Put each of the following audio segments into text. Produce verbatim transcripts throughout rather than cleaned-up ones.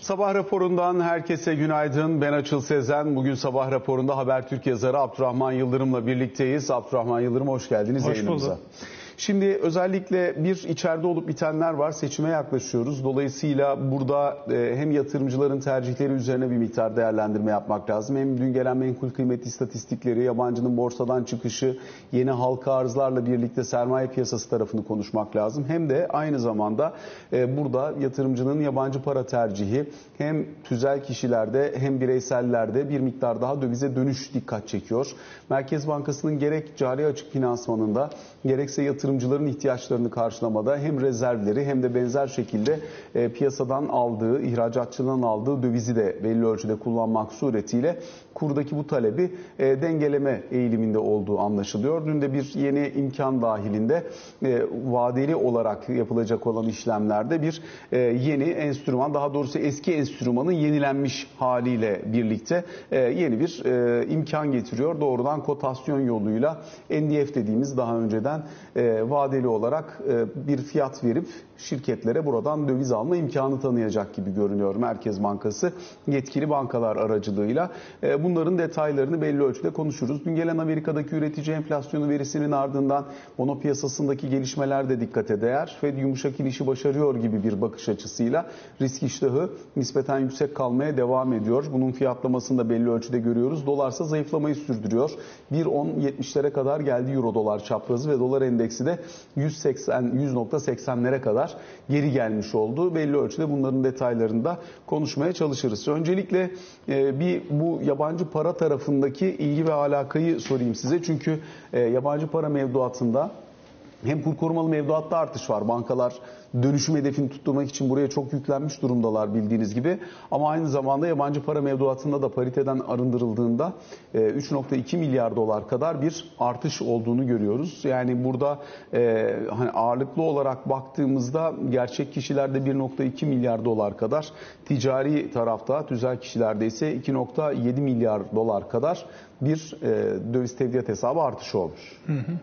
Sabah raporundan herkese günaydın. Ben Açıl Sezen. Bugün sabah raporunda Habertürk yazarı Abdurrahman Yıldırım'la birlikteyiz. Abdurrahman Yıldırım, hoş geldiniz hoş yayınımıza. Bulduk. Şimdi özellikle bir içeride olup bitenler var. Seçime yaklaşıyoruz. Dolayısıyla burada hem yatırımcıların tercihleri üzerine bir miktar değerlendirme yapmak lazım. Hem dün gelen menkul kıymet istatistikleri, yabancının borsadan çıkışı, yeni halka arzlarla birlikte sermaye piyasası tarafını konuşmak lazım. Hem de aynı zamanda burada yatırımcının yabancı para tercihi hem tüzel kişilerde hem bireysellerde bir miktar daha dövize dönüş dikkat çekiyor. Merkez Bankası'nın gerek cari açık finansmanında gerekse yatırımcıların ihtiyaçlarını karşılamada hem rezervleri hem de benzer şekilde e, piyasadan aldığı, ihracatçıdan aldığı dövizi de belli ölçüde kullanmak suretiyle kurdaki bu talebi e, dengeleme eğiliminde olduğu anlaşılıyor. Dün de bir yeni imkan dahilinde e, vadeli olarak yapılacak olan işlemlerde bir e, yeni enstrüman, daha doğrusu eski enstrümanın yenilenmiş haliyle birlikte e, yeni bir e, imkan getiriyor. Doğrudan kotasyon yoluyla N D F dediğimiz daha önceden e, vadeli olarak e, bir fiyat verip şirketlere buradan döviz alma imkanı tanıyacak gibi görünüyor Merkez Bankası yetkili bankalar aracılığıyla. E, bunların detaylarını belli ölçüde konuşuruz. Dün gelen Amerika'daki üretici enflasyonu verisinin ardından bono piyasasındaki gelişmeler de dikkate değer. Fed yumuşak inişi başarıyor gibi bir bakış açısıyla risk iştahı nispeten yüksek kalmaya devam ediyor. Bunun fiyatlamasını da belli ölçüde görüyoruz. Dolarsa zayıflamayı sürdürüyor. bir on yetmişlere kadar geldi euro dolar çaprazı ve dolar endeksi de yüz seksen yüz nokta seksenlere kadar geri gelmiş oldu. Belli ölçüde bunların detaylarını da konuşmaya çalışırız. Öncelikle e, bir bu yabancı para tarafındaki ilgi ve alakayı sorayım size. Çünkü e, yabancı para mevduatında hem kur korumalı mevduatta artış var. Bankalar dönüşüm hedefini tutturmak için buraya çok yüklenmiş durumdalar bildiğiniz gibi. Ama aynı zamanda yabancı para mevduatında da pariteden arındırıldığında üç nokta iki milyar dolar kadar bir artış olduğunu görüyoruz. Yani burada e, hani ağırlıklı olarak baktığımızda gerçek kişilerde bir nokta iki milyar dolar kadar, ticari tarafta tüzel kişilerde ise iki nokta yedi milyar dolar kadar bir e, döviz tevdiat hesabı artışı olmuş. Hı hı.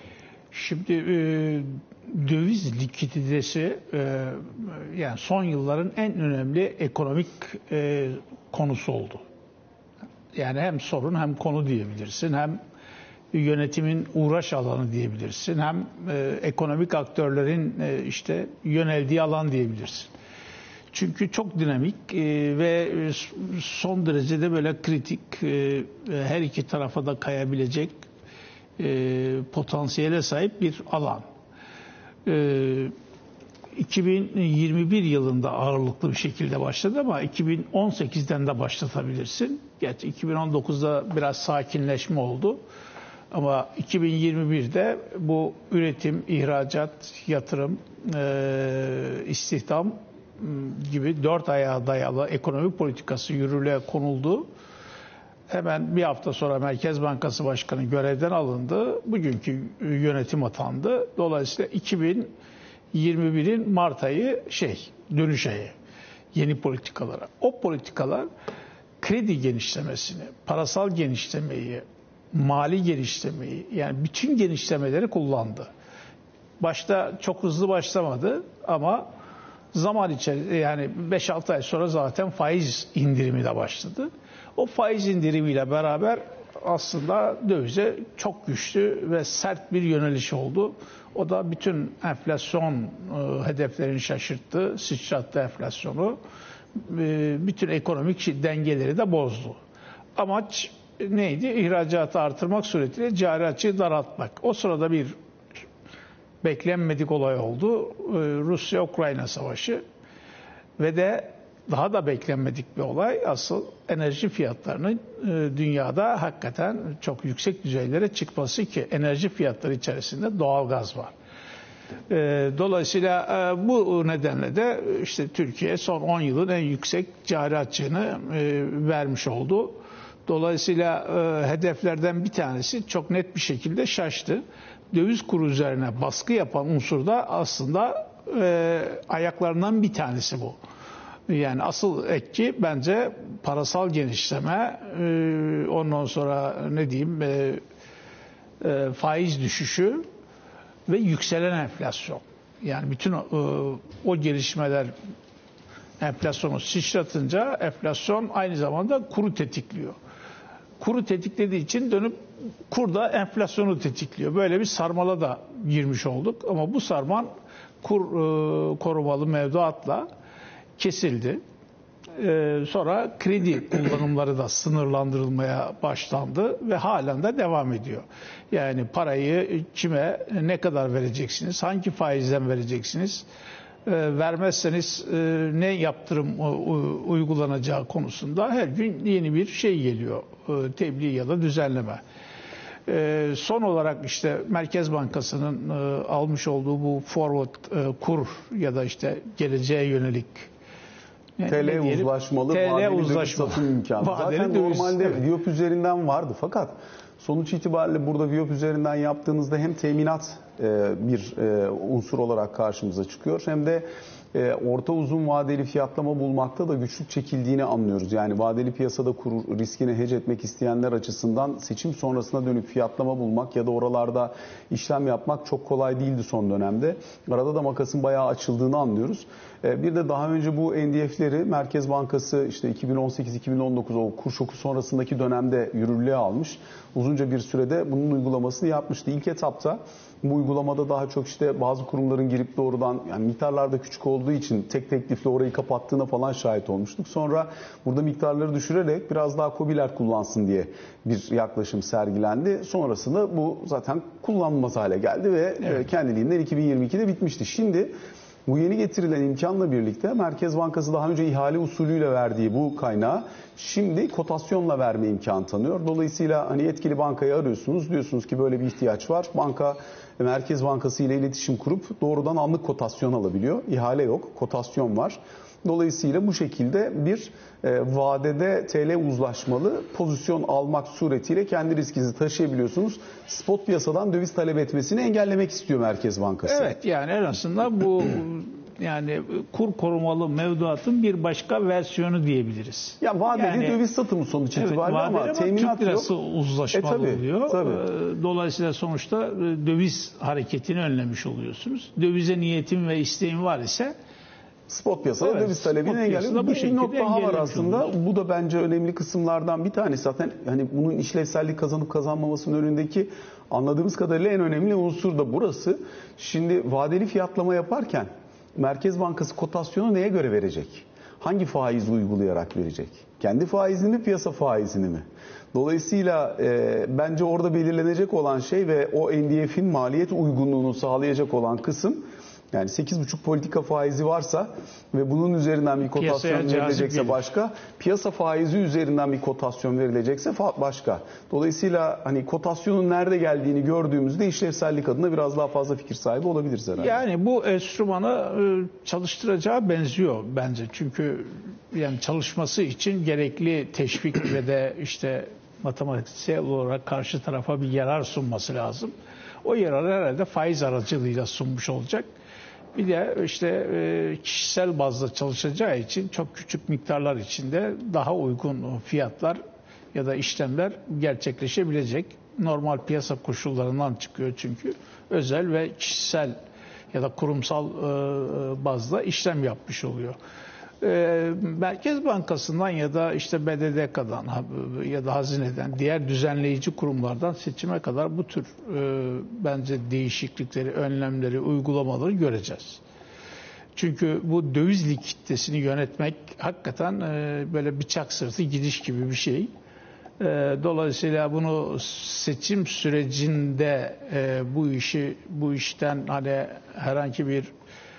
Şimdi e, döviz likiditesi e, yani son yılların en önemli ekonomik e, konusu oldu. Yani hem sorun hem konu diyebilirsin, hem yönetimin uğraş alanı diyebilirsin, hem e, ekonomik aktörlerin e, işte yöneldiği alan diyebilirsin. Çünkü çok dinamik e, ve son derecede böyle kritik, e, her iki tarafa da kayabilecek E, potansiyele sahip bir alan. E, iki bin yirmi bir yılında ağırlıklı bir şekilde başladı ama iki bin on sekizden de başlatabilirsin. Gerçi iki bin on dokuzda biraz sakinleşme oldu. Ama iki bin yirmi birde bu üretim, ihracat, yatırım, e, istihdam gibi dört ayağa dayalı ekonomi politikası yürürlüğe konuldu. Hemen bir hafta sonra Merkez Bankası Başkanı görevden alındı. Bugünkü yönetim atandı. Dolayısıyla iki bin yirmi birin Mart ayı şey, dönüş ayı. Yeni politikalara. O politikalar kredi genişlemesini, parasal genişlemeyi, mali genişlemeyi, yani bütün genişlemeleri kullandı. Başta çok hızlı başlamadı ama zaman içerisinde, yani beş altı ay sonra zaten faiz indirimi de başladı. O faiz indirimiyle beraber aslında dövize çok güçlü ve sert bir yöneliş oldu. O da bütün enflasyon e, hedeflerini şaşırttı, sıçrattı enflasyonu. E, bütün ekonomik dengeleri de bozdu. Amaç neydi? İhracatı artırmak suretiyle cari açığı daraltmak. O sırada bir beklenmedik olay oldu. E, Rusya-Ukrayna savaşı ve de daha da beklenmedik bir olay, asıl enerji fiyatlarının e, dünyada hakikaten çok yüksek düzeylere çıkması, ki enerji fiyatları içerisinde doğalgaz var. E, dolayısıyla e, bu nedenle de işte Türkiye son on yılın en yüksek cari açığını e, vermiş oldu. Dolayısıyla e, hedeflerden bir tanesi çok net bir şekilde şaştı. Döviz kuru üzerine baskı yapan unsur da aslında e, ayaklarından bir tanesi bu. Yani asıl etki bence parasal genişleme, ondan sonra ne diyeyim, faiz düşüşü ve yükselen enflasyon. Yani bütün o gelişmeler enflasyonu sıçratınca enflasyon aynı zamanda kuru tetikliyor. Kuru tetiklediği için dönüp kur da enflasyonu tetikliyor. Böyle bir sarmala da girmiş olduk ama bu sarman kur e, korumalı mevduatla kesildi. E, sonra kredi kullanımları da sınırlandırılmaya başlandı ve halen de devam ediyor. Yani parayı kime, ne kadar vereceksiniz, hangi faizden vereceksiniz, e, vermezseniz e, ne yaptırım e, uygulanacağı konusunda her gün yeni bir şey geliyor, e, tebliğ ya da düzenleme. E, son olarak işte Merkez Bankası'nın e, almış olduğu bu forward e, kur ya da işte geleceğe yönelik T L uzlaşmalı, T L vadeli uzlaşmalı. döviz satım imkanı. Vadeli Zaten döviz, normalde evet. Viyop üzerinden vardı fakat sonuç itibariyle burada Viyop üzerinden yaptığınızda hem teminat e, bir e, unsur olarak karşımıza çıkıyor hem de e, orta uzun vadeli fiyatlama bulmakta da güçlük çekildiğini anlıyoruz. Yani vadeli piyasada kur riskini hedge etmek isteyenler açısından seçim sonrasına dönük fiyatlama bulmak ya da oralarda işlem yapmak çok kolay değildi son dönemde. Arada da makasın bayağı açıldığını anlıyoruz. Bir de daha önce bu N D F'leri Merkez Bankası işte iki bin on sekiz iki bin on dokuz o kur şoku sonrasındaki dönemde yürürlüğe almış. Uzunca bir sürede bunun uygulamasını yapmıştı. İlk etapta bu uygulamada daha çok işte bazı kurumların girip doğrudan yani miktarlar da küçük olduğu için tek teklifle orayı kapattığına falan şahit olmuştuk. Sonra burada miktarları düşürerek biraz daha KOBİ'ler kullansın diye bir yaklaşım sergilendi. Sonrasında bu zaten kullanılmaz hale geldi ve evet. kendiliğinden iki bin yirmi ikide bitmişti. Şimdi bu yeni getirilen imkanla birlikte Merkez Bankası daha önce ihale usulüyle verdiği bu kaynağı şimdi kotasyonla verme imkanı tanıyor. Dolayısıyla hani yetkili bankayı arıyorsunuz, diyorsunuz ki böyle bir ihtiyaç var. Banka Merkez Bankası ile iletişim kurup doğrudan anlık kotasyon alabiliyor. İhale yok, kotasyon var. Dolayısıyla bu şekilde bir e, vadede T L uzlaşmalı pozisyon almak suretiyle kendi riskinizi taşıyabiliyorsunuz. Spot piyasadan döviz talep etmesini engellemek istiyor Merkez Bankası. Evet, yani en azından bu yani kur korumalı mevduatın bir başka versiyonu diyebiliriz. Ya vadeli yani, döviz satımı sonuç evet, itibariyle ama, ama teminat Türk lirası yok. uzlaşmalı e, tabii, oluyor. Tabii. Dolayısıyla sonuçta döviz hareketini önlemiş oluyorsunuz. Dövize niyetin ve isteğin var ise spot piyasada evet, döviz talebini engelliyor. Bu bir nokta daha var aslında. Oluyor. Bu da bence önemli kısımlardan bir tanesi. Zaten hani bunun işlevsellik kazanıp kazanmamasının önündeki anladığımız kadarıyla en önemli unsur da burası. Şimdi vadeli fiyatlama yaparken Merkez Bankası kotasyonu neye göre verecek? Hangi faizi uygulayarak verecek? Kendi faizini mi, piyasa faizini mi? Dolayısıyla e, bence orada belirlenecek olan şey ve o N D F'in maliyet uygunluğunu sağlayacak olan kısım, yani sekiz buçuk politika faizi varsa ve bunun üzerinden bir kotasyon verilecekse başka, piyasa faizi üzerinden bir kotasyon verilecekse başka. Dolayısıyla hani kotasyonun nerede geldiğini gördüğümüzde işlevsellik adına biraz daha fazla fikir sahibi olabiliriz herhalde. Yani bu enstrümanı çalıştıracağı benziyor bence. Çünkü yani çalışması için gerekli teşvik ve de işte matematiksel olarak karşı tarafa bir yarar sunması lazım. O yararı herhalde faiz aracılığıyla sunmuş olacak. Bir de işte kişisel bazda çalışacağı için çok küçük miktarlar içinde daha uygun fiyatlar ya da işlemler gerçekleşebilecek. Normal piyasa koşullarından çıkıyor çünkü özel ve kişisel ya da kurumsal bazda işlem yapmış oluyor. Merkez Bankası'ndan ya da işte B D D K'dan ya da Hazine'den diğer düzenleyici kurumlardan seçime kadar bu tür e, bence değişiklikleri, önlemleri, uygulamaları göreceğiz. Çünkü bu döviz likiditesini yönetmek hakikaten e, böyle bıçak sırtı gidiş gibi bir şey. E, dolayısıyla bunu seçim sürecinde e, bu işi bu işten hani herhangi bir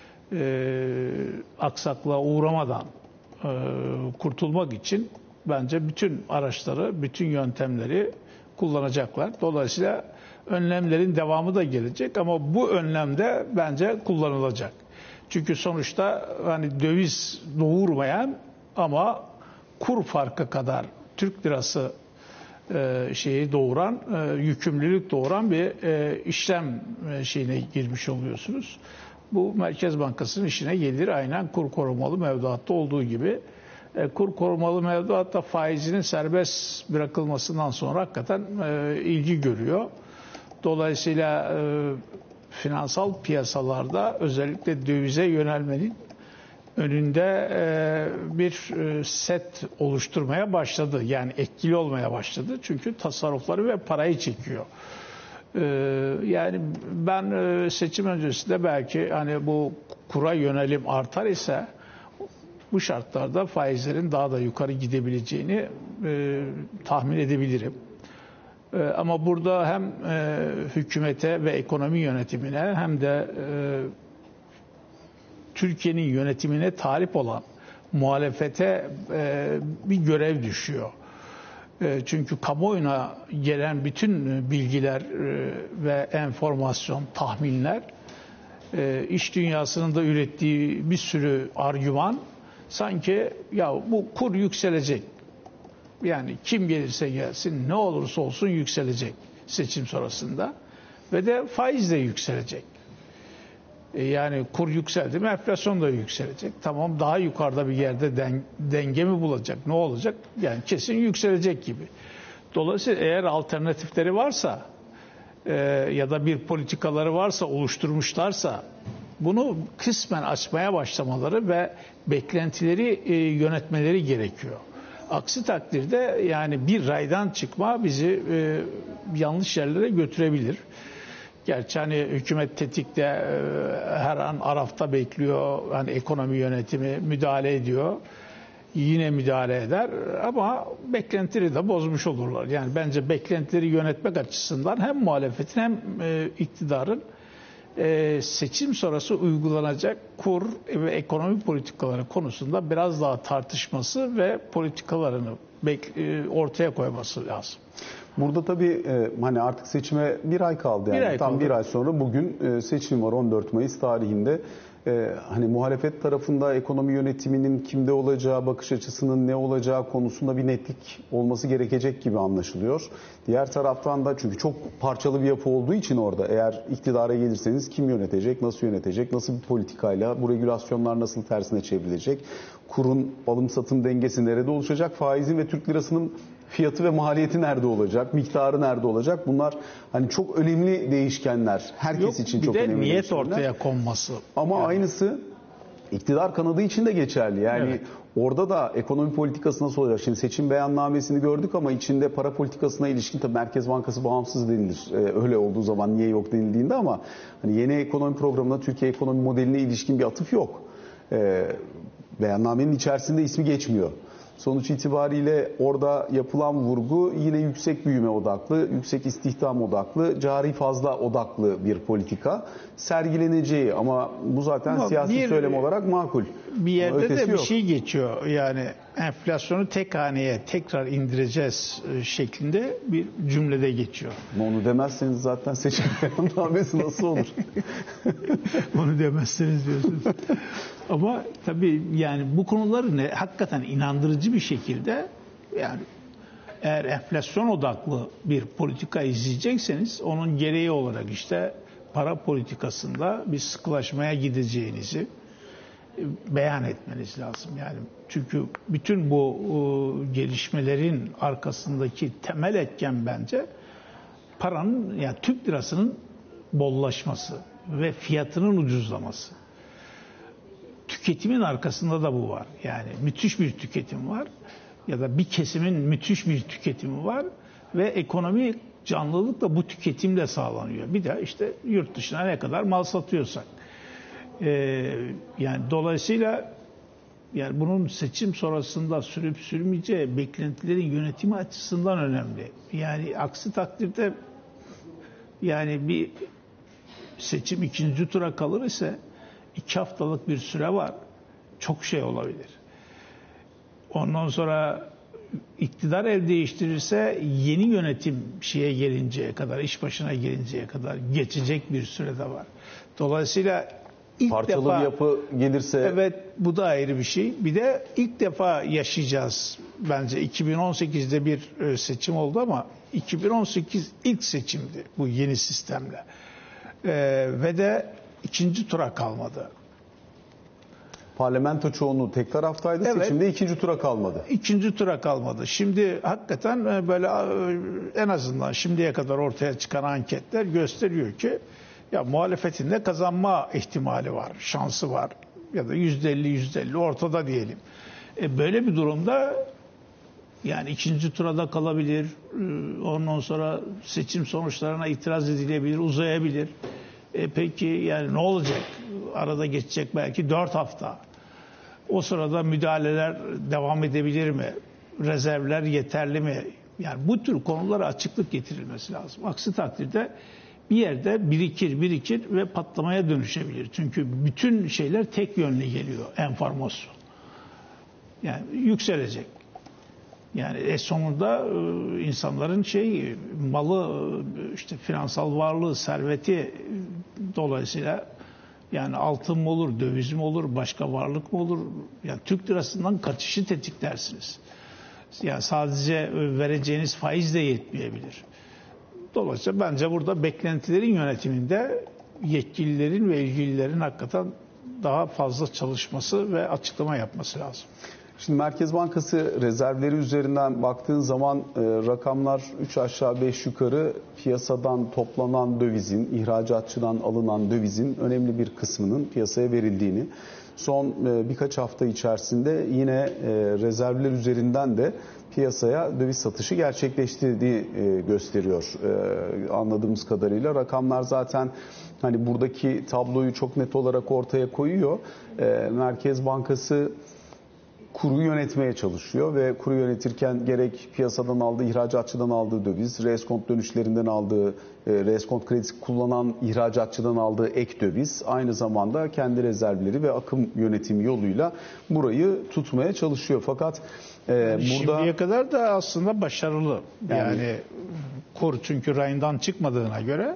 E, aksaklığa uğramadan e, kurtulmak için bence bütün araçları, bütün yöntemleri kullanacaklar. Dolayısıyla önlemlerin devamı da gelecek ama bu önlem de bence kullanılacak. Çünkü sonuçta hani döviz doğurmayan ama kur farkı kadar Türk lirası e, şeyi doğuran, e, yükümlülük doğuran bir e, işlem e, şeyine girmiş oluyorsunuz. Bu Merkez Bankası'nın işine gelir aynen kur korumalı mevduatta olduğu gibi. E, kur korumalı mevduatta faizinin serbest bırakılmasından sonra hakikaten e, ilgi görüyor. Dolayısıyla e, finansal piyasalarda özellikle dövize yönelmenin önünde e, bir e, set oluşturmaya başladı. Yani etkili olmaya başladı. Çünkü tasarrufları ve parayı çekiyor. E, yani ben e, seçim öncesinde belki hani bu kura yönelim artar ise bu şartlarda faizlerin daha da yukarı gidebileceğini e, tahmin edebilirim. E, ama burada hem e, hükümete ve ekonomi yönetimine hem de e, Türkiye'nin yönetimine talip olan muhalefete e, bir görev düşüyor. E, çünkü kamuoyuna gelen bütün bilgiler e, ve enformasyon, tahminler, e, iş dünyasının da ürettiği bir sürü argüman sanki ya bu kur yükselecek. Yani kim gelirse gelsin, ne olursa olsun yükselecek seçim sonrasında ve de faiz de yükselecek. Yani kur yükseldi mi enflasyon da yükselecek. Tamam, daha yukarıda bir yerde den, denge mi bulacak? Ne olacak? Yani kesin yükselecek gibi. Dolayısıyla eğer alternatifleri varsa e, ya da bir politikaları varsa, oluşturmuşlarsa bunu kısmen açmaya başlamaları ve beklentileri e, yönetmeleri gerekiyor. Aksi takdirde yani bir raydan çıkma bizi e, yanlış yerlere götürebilir. Gerçi hani hükümet tetikte her an arafta bekliyor. Hani ekonomi yönetimi müdahale ediyor. Yine müdahale eder ama beklentileri de bozmuş olurlar. Yani bence beklentileri yönetmek açısından hem muhalefetin hem iktidarın seçim sonrası uygulanacak kur ve ekonomi politikaları konusunda biraz daha tartışması ve politikalarını ortaya koyması lazım. Burada tabii e, hani artık seçime bir ay kaldı yani. Bir ay Tam kaldı. bir ay sonra bugün e, seçim var on dört Mayıs tarihinde. E, hani muhalefet tarafında ekonomi yönetiminin kimde olacağı, bakış açısının ne olacağı konusunda bir netlik olması gerekecek gibi anlaşılıyor. Diğer taraftan da çünkü çok parçalı bir yapı olduğu için orada eğer iktidara gelirseniz kim yönetecek, nasıl yönetecek, nasıl bir politikayla, bu regülasyonlar nasıl tersine çevrilecek, kurun alım satım dengesi nerede oluşacak, faizin ve Türk lirasının fiyatı ve maliyeti nerede olacak, miktarı nerede olacak? Bunlar hani çok önemli değişkenler. Herkes Yok, için çok önemli değişkenler. değişkenler. Bir de niyet ortaya konması. Ama yani. Aynısı iktidar kanadı için de geçerli. Yani evet. Orada da ekonomi politikası nasıl olacak? Şimdi seçim beyannamesini gördük ama içinde para politikasına ilişkin tabii Merkez Bankası bağımsız denilir. Ee, öyle olduğu zaman niye yok denildiğinde ama hani yeni ekonomi programında Türkiye ekonomi modeline ilişkin bir atıf yok. Ee, beyannamenin içerisinde ismi geçmiyor. Sonuç itibariyle orada yapılan vurgu yine yüksek büyüme odaklı, yüksek istihdam odaklı, cari fazla odaklı bir politika sergileneceği ama bu zaten ama siyasi bir, söylem olarak makul. Bir yerde de bir yok. şey geçiyor yani enflasyonu tek haneye tekrar indireceğiz şeklinde bir cümlede geçiyor. Onu demezseniz zaten seçim beyannamesi nasıl olur? Onu demezseniz diyorsunuz. Ama tabii yani bu konuları ne, hakikaten inandırıcı bir şekilde yani eğer enflasyon odaklı bir politika izleyecekseniz onun gereği olarak işte para politikasında bir sıkılaşmaya gideceğinizi beyan etmeniz lazım. Yani çünkü bütün bu o, gelişmelerin arkasındaki temel etken bence paranın yani Türk lirasının bollaşması ve fiyatının ucuzlaması. Tüketimin arkasında da bu var. Yani müthiş bir tüketim var ya da bir kesimin müthiş bir tüketimi var ve ekonomi canlılık da bu tüketimle sağlanıyor. Bir de işte yurt dışına ne kadar mal satıyorsak. Ee, yani dolayısıyla yani bunun seçim sonrasında sürüp sürmeyeceği beklentilerin yönetimi açısından önemli. Yani aksi takdirde yani bir seçim ikinci tura kalır ise iki haftalık bir süre var. Çok şey olabilir. Ondan sonra iktidar el değiştirirse yeni yönetim şeye gelinceye kadar, iş başına gelinceye kadar geçecek bir süre de var. Dolayısıyla ilk parçalı defa, bir yapı gelirse... Evet, bu da ayrı bir şey. Bir de ilk defa yaşayacağız. Bence iki bin on sekizde bir seçim oldu ama iki bin on sekiz ilk seçimdi bu yeni sistemle. Ee, ve de ikinci tura kalmadı. Parlamento çoğunluğu tek taraftaydı. Evet. Seçimde ikinci tura kalmadı. İkinci tura kalmadı. Şimdi hakikaten böyle en azından şimdiye kadar ortaya çıkan anketler gösteriyor ki ya muhalefetin de kazanma ihtimali var, şansı var. ya da yüzde elli yüzde elli ortada diyelim. E böyle bir durumda yani ikinci tura da kalabilir. Ondan sonra seçim sonuçlarına itiraz edilebilir, uzayabilir. E peki yani ne olacak? Arada geçecek belki dört hafta. O sırada müdahaleler devam edebilir mi? Rezervler yeterli mi? Yani bu tür konulara açıklık getirilmesi lazım. Aksi takdirde bir yerde birikir birikir ve patlamaya dönüşebilir. Çünkü bütün şeyler tek yönlü geliyor, enformasyon. Yani yükselecek. Yani e sonunda e, insanların şey malı, işte finansal varlığı, serveti dolayısıyla yani altın mı olur, döviz mi olur, başka varlık mı olur? Yani Türk lirasından kaçışı tetiklersiniz. Yani sadece vereceğiniz faiz de yetmeyebilir. Dolayısıyla bence burada beklentilerin yönetiminde yetkililerin ve ilgililerin hakikaten daha fazla çalışması ve açıklama yapması lazım. Şimdi Merkez Bankası rezervleri üzerinden baktığın zaman e, rakamlar üç aşağı beş yukarı piyasadan toplanan dövizin, ihracatçıdan alınan dövizin önemli bir kısmının piyasaya verildiğini, son e, birkaç hafta içerisinde yine e, rezervler üzerinden de piyasaya döviz satışı gerçekleştirdiği e, gösteriyor e, anladığımız kadarıyla. Rakamlar zaten hani buradaki tabloyu çok net olarak ortaya koyuyor. E, Merkez Bankası kuru yönetmeye çalışıyor ve kuru yönetirken gerek piyasadan aldığı, ihracatçıdan aldığı döviz, reskont dönüşlerinden aldığı, reskont kredisi kullanan ihracatçıdan aldığı ek döviz, aynı zamanda kendi rezervleri ve akım yönetimi yoluyla burayı tutmaya çalışıyor. Fakat e, yani burada... Şimdiye kadar da aslında başarılı. Yani, yani kur çünkü rayından çıkmadığına göre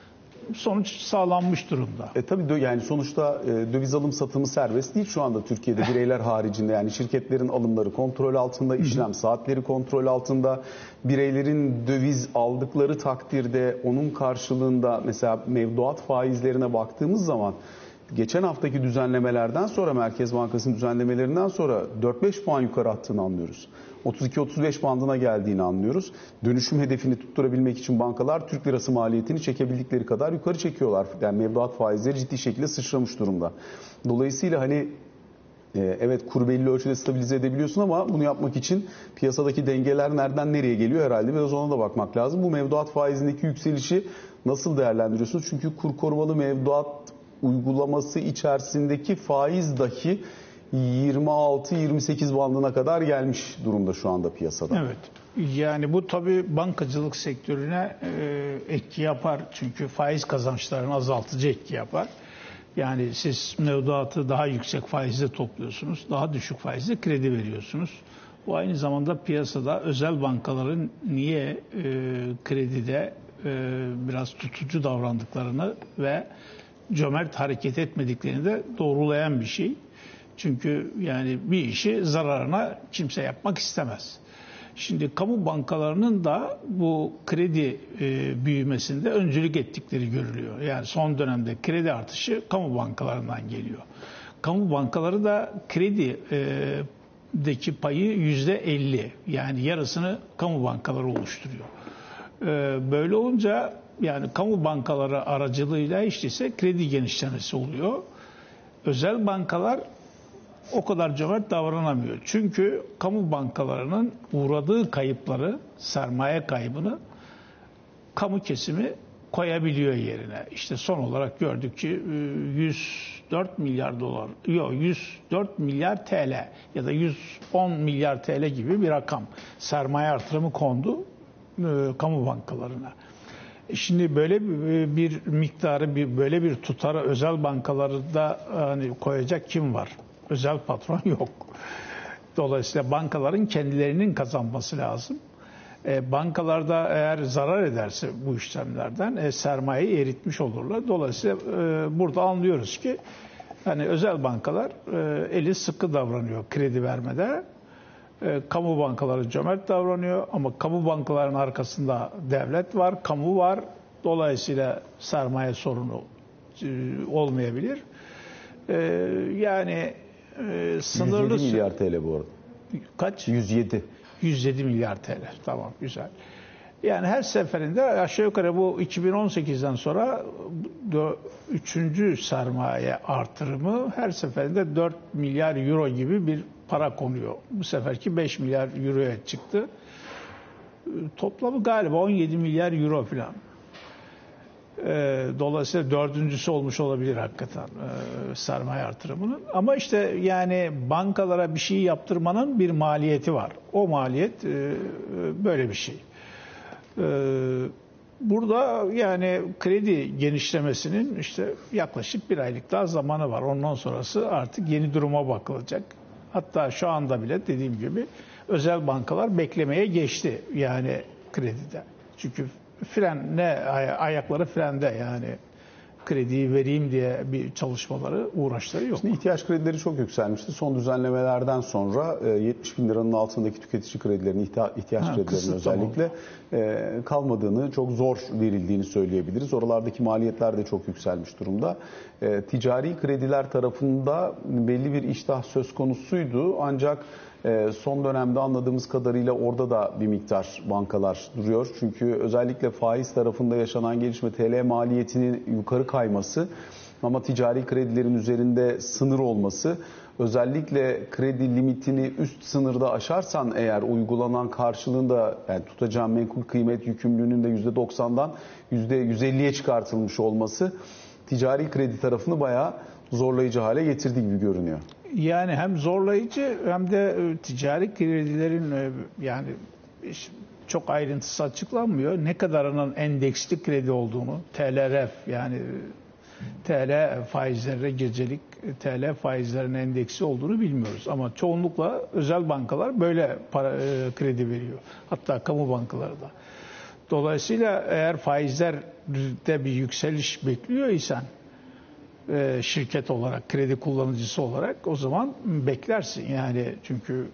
sonuç sağlanmış durumda. E tabii yani sonuçta e, döviz alım satımı serbest değil şu anda Türkiye'de bireyler haricinde, yani şirketlerin alımları kontrol altında, işlem saatleri kontrol altında. Bireylerin döviz aldıkları takdirde onun karşılığında mesela mevduat faizlerine baktığımız zaman geçen haftaki düzenlemelerden sonra, Merkez Bankası'nın düzenlemelerinden sonra dört beş puan yukarı attığını anlıyoruz. otuz iki otuz beş bandına geldiğini anlıyoruz. Dönüşüm hedefini tutturabilmek için bankalar Türk lirası maliyetini çekebildikleri kadar yukarı çekiyorlar. Yani mevduat faizleri ciddi şekilde sıçramış durumda. Dolayısıyla hani e, evet kur belli ölçüde stabilize edebiliyorsun ama bunu yapmak için piyasadaki dengeler nereden nereye geliyor herhalde biraz ona da bakmak lazım. Bu mevduat faizindeki yükselişi nasıl değerlendiriyorsunuz? Çünkü kur korumalı mevduat uygulaması içerisindeki faiz dahi yirmi altı yirmi sekiz bandına kadar gelmiş durumda şu anda piyasada. Evet. Yani bu tabii bankacılık sektörüne e, etki yapar. Çünkü faiz kazançlarını azaltıcı etki yapar. Yani siz mevduatı daha yüksek faizle topluyorsunuz. Daha düşük faizle kredi veriyorsunuz. Bu aynı zamanda piyasada özel bankaların niye e, kredide e, biraz tutucu davrandıklarını ve cömert hareket etmediklerini de doğrulayan bir şey. Çünkü yani bir işi zararına kimse yapmak istemez. Şimdi kamu bankalarının da bu kredi e, büyümesinde öncülük ettikleri görülüyor. Yani son dönemde kredi artışı kamu bankalarından geliyor. Kamu bankaları da kredideki payı yüzde elli, yani yarısını kamu bankaları oluşturuyor. E, böyle olunca yani kamu bankaları aracılığıyla işte ise kredi genişlemesi oluyor. Özel bankalar o kadar cömert davranamıyor. Çünkü kamu bankalarının uğradığı kayıpları, sermaye kaybını kamu kesimi koyabiliyor yerine. İşte son olarak gördük ki yüz dört milyar dolar, yok yüz dört milyar T L ya da yüz on milyar T L gibi bir rakam sermaye artırımı kondu kamu bankalarına. Şimdi böyle bir miktarı, bir böyle bir tutarı özel bankalarda hani koyacak kim var? Özel patron yok. Dolayısıyla bankaların kendilerinin kazanması lazım. E, bankalarda eğer zarar ederse bu işlemlerden e, sermayeyi eritmiş olurlar. Dolayısıyla e, burada anlıyoruz ki hani özel bankalar e, eli sıkı davranıyor kredi vermede. E, kamu bankaları cömert davranıyor ama kamu bankalarının arkasında devlet var, kamu var. Dolayısıyla sermaye sorunu e, olmayabilir. E, yani e, sınırlı... yüz yedi milyar T L bu arada. Kaç? yüz yedi. yüz yedi milyar T L. Tamam, güzel. Yani her seferinde aşağı yukarı bu iki bin on sekizden sonra üçüncü sermaye artırımı her seferinde dört milyar euro gibi bir para konuyor. Bu seferki beş milyar euroya çıktı. Toplamı galiba on yedi milyar euro falan. Dolayısıyla dördüncüsü olmuş olabilir hakikaten sermaye artırımının. Ama işte yani bankalara bir şey yaptırmanın bir maliyeti var. O maliyet böyle bir şey. Burada yani kredi genişlemesinin işte yaklaşık bir aylık daha zamanı var. Ondan sonrası artık yeni duruma bakılacak. Hatta şu anda bile dediğim gibi özel bankalar beklemeye geçti yani kredide. Çünkü fren ne ayakları frende yani krediyi vereyim diye bir çalışmaları, uğraşları yok. Şimdi ihtiyaç kredileri çok yükselmişti. Son düzenlemelerden sonra yetmiş bin liranın altındaki tüketici kredilerinin, ihtiyaç ha, kredilerinin özellikle tamam. kalmadığını, çok zor verildiğini söyleyebiliriz. Oralardaki maliyetler de çok yükselmiş durumda. Ticari krediler tarafında belli bir iştah söz konusuydu. Ancak son dönemde anladığımız kadarıyla orada da bir miktar bankalar duruyor. Çünkü özellikle faiz tarafında yaşanan gelişme T L maliyetinin yukarı kayması ama ticari kredilerin üzerinde sınır olması, özellikle kredi limitini üst sınırda aşarsan eğer uygulanan karşılığında yani tutacağın menkul kıymet yükümlülüğünün de yüzde doksandan yüzde yüz elliye çıkartılmış olması ticari kredi tarafını bayağı zorlayıcı hale getirdiği gibi görünüyor. Yani hem zorlayıcı hem de ticari kredilerin yani çok ayrıntısı açıklanmıyor. Ne kadarının endeksli kredi olduğunu, T L R F yani T L faizlerine gecelik T L faizlerinin endeksi olduğunu bilmiyoruz. Ama çoğunlukla özel bankalar böyle para, kredi veriyor. Hatta kamu bankaları da. Dolayısıyla eğer faizlerde bir yükseliş bekliyor isen şirket olarak, kredi kullanıcısı olarak o zaman beklersin. Yani çünkü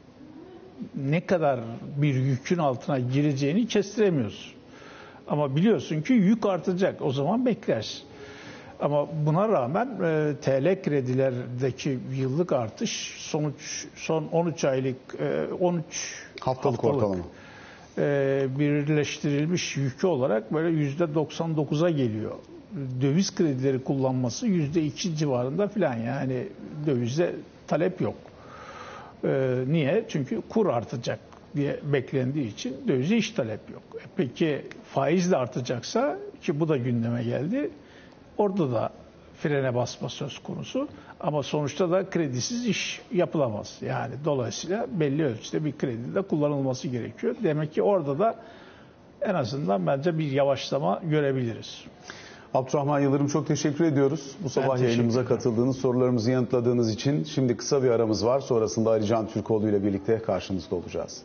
ne kadar bir yükün altına gireceğini kestiremiyorsun. Ama biliyorsun ki yük artacak. O zaman beklersin. Ama buna rağmen T L kredilerdeki yıllık artış sonuç son on üç aylık on üç haftalık, haftalık ortalama birleştirilmiş yükü olarak böyle yüzde doksan dokuza geliyor. Döviz kredileri kullanması yüzde iki civarında filan yani dövizde talep yok. Ee, niye? Çünkü kur artacak diye beklendiği için dövize hiç talep yok. E peki faiz de artacaksa ki bu da gündeme geldi. Orada da frene basma söz konusu. Ama sonuçta da kredisiz iş yapılamaz. Yani dolayısıyla belli ölçüde bir kredi de kullanılması gerekiyor. Demek ki orada da en azından bence bir yavaşlama görebiliriz. Abdurrahman Yıldırım çok teşekkür ediyoruz. Bu sabah yayınımıza katıldığınız, sorularımızı yanıtladığınız için. Şimdi kısa bir aramız var. Sonrasında Ali Can Türkoğlu ile birlikte karşınızda olacağız.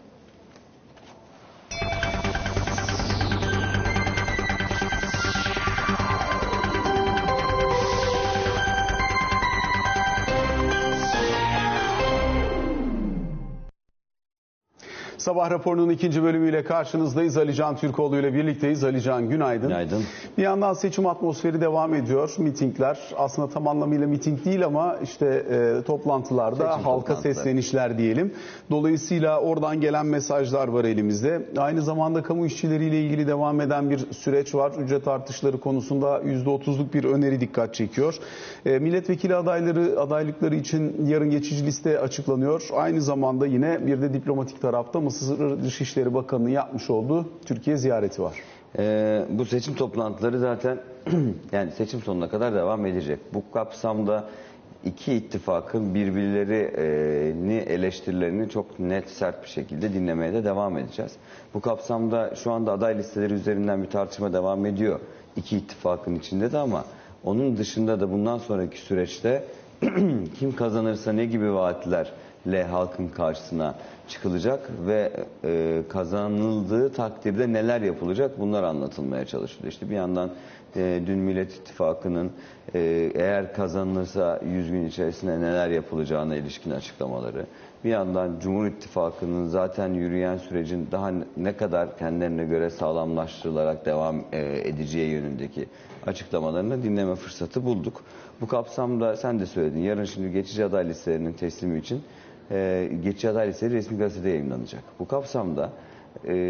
Sabah raporunun ikinci bölümüyle karşınızdayız. Ali Can Türkoğlu ile birlikteyiz. Ali Can günaydın. Günaydın. Bir yandan seçim atmosferi devam ediyor. Mitingler aslında tam anlamıyla miting değil ama işte e, toplantılarda seçim halka seslenişler diyelim. Dolayısıyla oradan gelen mesajlar var elimizde. Aynı zamanda kamu işçileriyle ilgili devam eden bir süreç var. Ücret artışları konusunda yüzde otuzluk bir öneri dikkat çekiyor. E, milletvekili adayları adaylıkları için yarın geçici liste açıklanıyor. Aynı zamanda yine bir de diplomatik tarafta Mısır Dışişleri Bakanı'nın yapmış olduğu Türkiye ziyareti var. Ee, bu seçim toplantıları zaten yani seçim sonuna kadar devam edecek. Bu kapsamda iki ittifakın birbirlerini eleştirilerini çok net, sert bir şekilde dinlemeye de devam edeceğiz. Bu kapsamda şu anda aday listeleri üzerinden bir tartışma devam ediyor. İki ittifakın içinde de ama onun dışında da bundan sonraki süreçte kim kazanırsa ne gibi vaatlerle halkın karşısına çıkılacak ve e, kazanıldığı takdirde neler yapılacak bunlar anlatılmaya çalışılıyor. İşte bir yandan e, dün Millet İttifakı'nın e, eğer kazanılırsa yüz gün içerisinde neler yapılacağına ilişkin açıklamaları, bir yandan Cumhur İttifakı'nın zaten yürüyen sürecin daha ne kadar kendilerine göre sağlamlaştırılarak devam e, edeceği yönündeki açıklamalarını dinleme fırsatı bulduk. Bu kapsamda sen de söyledin, yarın şimdi geçici aday listelerinin teslimi için E, geçici aday listeleri resmi gazetede yayınlanacak. Bu kapsamda e,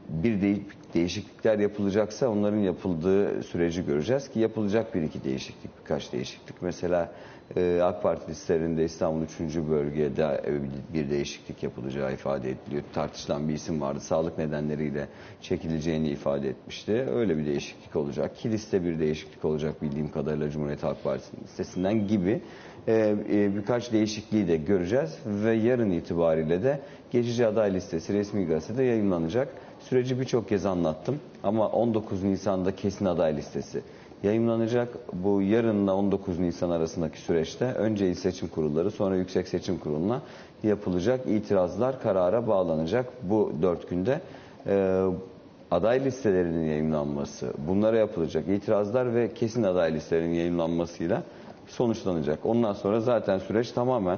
bir de, değişiklikler yapılacaksa onların yapıldığı süreci göreceğiz ki yapılacak bir iki değişiklik, birkaç değişiklik. Mesela e, AK Parti listelerinde İstanbul üçüncü bölgede bir değişiklik yapılacağı ifade ediliyor. Tartışılan bir isim vardı. Sağlık nedenleriyle çekileceğini ifade etmişti. Öyle bir değişiklik olacak. Ki liste bir değişiklik olacak bildiğim kadarıyla Cumhuriyet Halk Partisi'nin listesinden gibi e, e, birkaç değişikliği de göreceğiz ve yarın itibariyle de geçici aday listesi resmi gazetede yayınlanacak. Süreci birçok kez anlattım ama on dokuz Nisan'da kesin aday listesi yayınlanacak. Bu yarınla on dokuz Nisan arasındaki süreçte önce il seçim kurulları sonra Yüksek Seçim Kurulu'na yapılacak itirazlar karara bağlanacak. Bu dört günde e, aday listelerinin yayınlanması, bunlara yapılacak itirazlar ve kesin aday listelerinin yayınlanmasıyla sonuçlanacak. Ondan sonra zaten süreç tamamen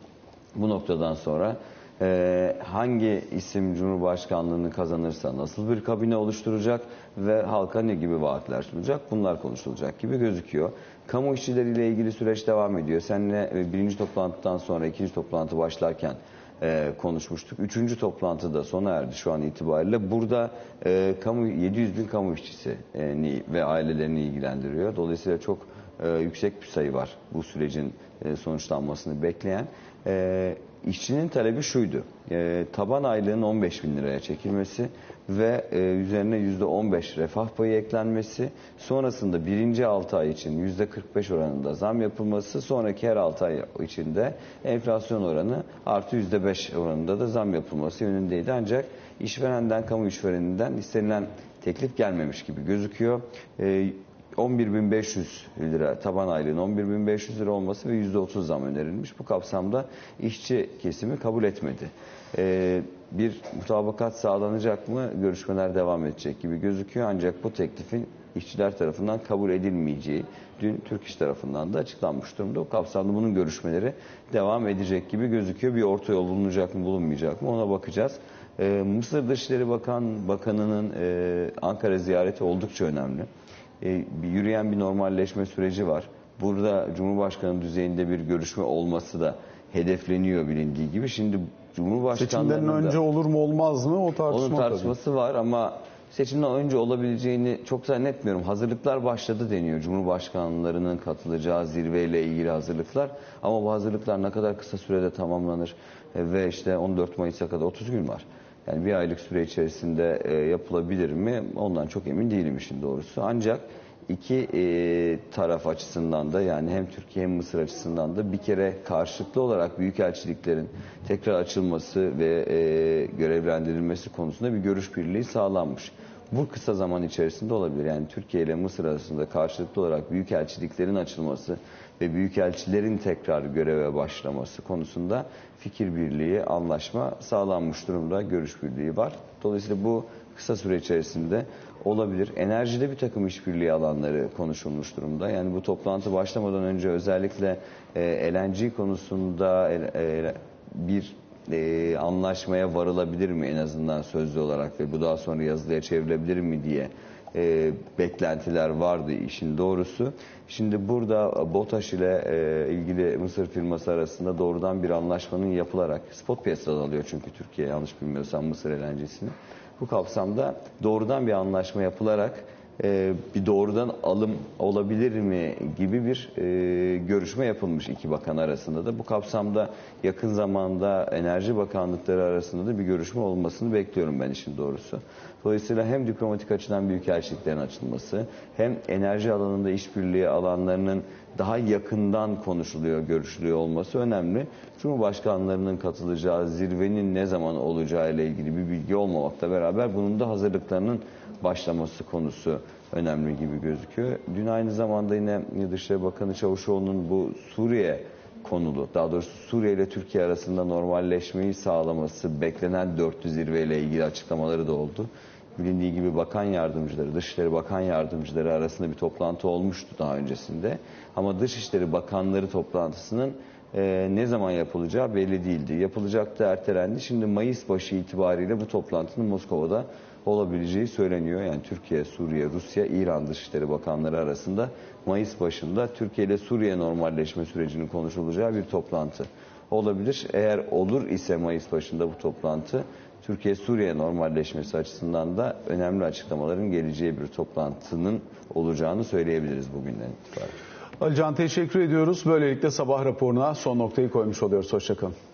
bu noktadan sonra Ee, hangi isim Cumhurbaşkanlığını kazanırsa nasıl bir kabine oluşturacak ve halka ne gibi vaatler sunacak, bunlar konuşulacak gibi gözüküyor. Kamu işçileriyle ilgili süreç devam ediyor. Seninle birinci toplantıdan sonra ikinci toplantı başlarken e, konuşmuştuk. Üçüncü toplantı da sona erdi şu an itibariyle. Burada e, kamu yedi yüz bin kamu işçisi e, ve ailelerini ilgilendiriyor. Dolayısıyla çok e, yüksek bir sayı var bu sürecin e, sonuçlanmasını bekleyen. E, İşçinin talebi şuydu, e, taban aylığın on beş bin liraya çekilmesi ve e, üzerine yüzde on beş refah payı eklenmesi, sonrasında birinci altı ay için yüzde kırk beş oranında zam yapılması, sonraki her altı ay içinde enflasyon oranı artı yüzde beş oranında da zam yapılması yönündeydi. Ancak işverenden, kamu işvereninden istenilen teklif gelmemiş gibi gözüküyor. E, on bir bin beş yüz lira taban aylığın on bir bin beş yüz lira olması ve yüzde otuz zam önerilmiş. Bu kapsamda işçi kesimi kabul etmedi. Ee, bir mutabakat sağlanacak mı? Görüşmeler devam edecek gibi gözüküyor. Ancak bu teklifin işçiler tarafından kabul edilmeyeceği dün Türk İş tarafından da açıklanmış durumda. O kapsamda bunun görüşmeleri devam edecek gibi gözüküyor. Bir orta yol bulunacak mı bulunmayacak mı ona bakacağız. Ee, Mısır Dışişleri Bakan Bakanı'nın e, Ankara ziyareti oldukça önemli. E, bir yürüyen bir normalleşme süreci var. Burada Cumhurbaşkanı düzeyinde bir görüşme olması da hedefleniyor bilindiği gibi. Şimdi Cumhurbaşkanlarının seçimden önce olur mu olmaz mı o tartışma onun tartışması tabii var ama seçimden önce olabileceğini çok zannetmiyorum. Hazırlıklar başladı deniyor. Cumhurbaşkanlarının katılacağı zirveyle ilgili hazırlıklar. Ama bu hazırlıklar ne kadar kısa sürede tamamlanır e, ve işte on dört Mayıs'a kadar otuz gün var. Yani bir aylık süre içerisinde e, yapılabilir mi? Ondan çok emin değilim işin doğrusu. Ancak iki e, taraf açısından da yani hem Türkiye hem Mısır açısından da bir kere karşılıklı olarak büyükelçiliklerin tekrar açılması ve e, görevlendirilmesi konusunda bir görüş birliği sağlanmış. Bu kısa zaman içerisinde olabilir. Yani Türkiye ile Mısır arasında karşılıklı olarak büyükelçiliklerin açılması ve büyükelçilerin tekrar göreve başlaması konusunda fikir birliği, anlaşma sağlanmış durumda, görüş birliği var. Dolayısıyla bu kısa süre içerisinde olabilir. Enerjide bir takım işbirliği alanları konuşulmuş durumda. Yani bu toplantı başlamadan önce özellikle e, L N G konusunda e, e, bir e, anlaşmaya varılabilir mi en azından sözlü olarak ve bu daha sonra yazılıya çevrilebilir mi diye e, beklentiler vardı işin doğrusu. Şimdi burada BOTAŞ ile e, ilgili Mısır firması arasında doğrudan bir anlaşmanın yapılarak spot piyasada alıyor çünkü Türkiye yanlış bilmiyorsam Mısır L N G'sini. Bu kapsamda doğrudan bir anlaşma yapılarak e, bir doğrudan alım olabilir mi gibi bir e, görüşme yapılmış iki bakan arasında da. Bu kapsamda yakın zamanda Enerji Bakanlıkları arasında da bir görüşme olmasını bekliyorum ben işin doğrusu. Dolayısıyla hem diplomatik açıdan büyükelçiliklerin açılması hem enerji alanında işbirliği alanlarının daha yakından konuşuluyor, görüşülüyor olması önemli. Cumhurbaşkanlarının katılacağı zirvenin ne zaman olacağı ile ilgili bir bilgi olmamakla beraber bunun da hazırlıklarının başlaması konusu önemli gibi gözüküyor. Dün aynı zamanda yine Dışişleri Bakanı Çavuşoğlu'nun bu Suriye konulu, daha doğrusu Suriye ile Türkiye arasında normalleşmeyi sağlaması beklenen dörtlü zirveyle ilgili açıklamaları da oldu. Bilindiği gibi bakan yardımcıları, Dışişleri Bakan Yardımcıları arasında bir toplantı olmuştu daha öncesinde. Ama Dışişleri Bakanları toplantısının e, ne zaman yapılacağı belli değildi. Yapılacak da ertelendi. Şimdi Mayıs başı itibariyle bu toplantının Moskova'da olabileceği söyleniyor. Yani Türkiye, Suriye, Rusya, İran Dışişleri Bakanları arasında Mayıs başında Türkiye ile Suriye normalleşme sürecinin konuşulacağı bir toplantı olabilir. Eğer olur ise Mayıs başında bu toplantı, Türkiye-Suriye normalleşmesi açısından da önemli açıklamaların geleceği bir toplantının olacağını söyleyebiliriz bugünden itibaren. Ali Can, teşekkür ediyoruz. Böylelikle sabah raporuna son noktayı koymuş oluyoruz. Hoşça kalın.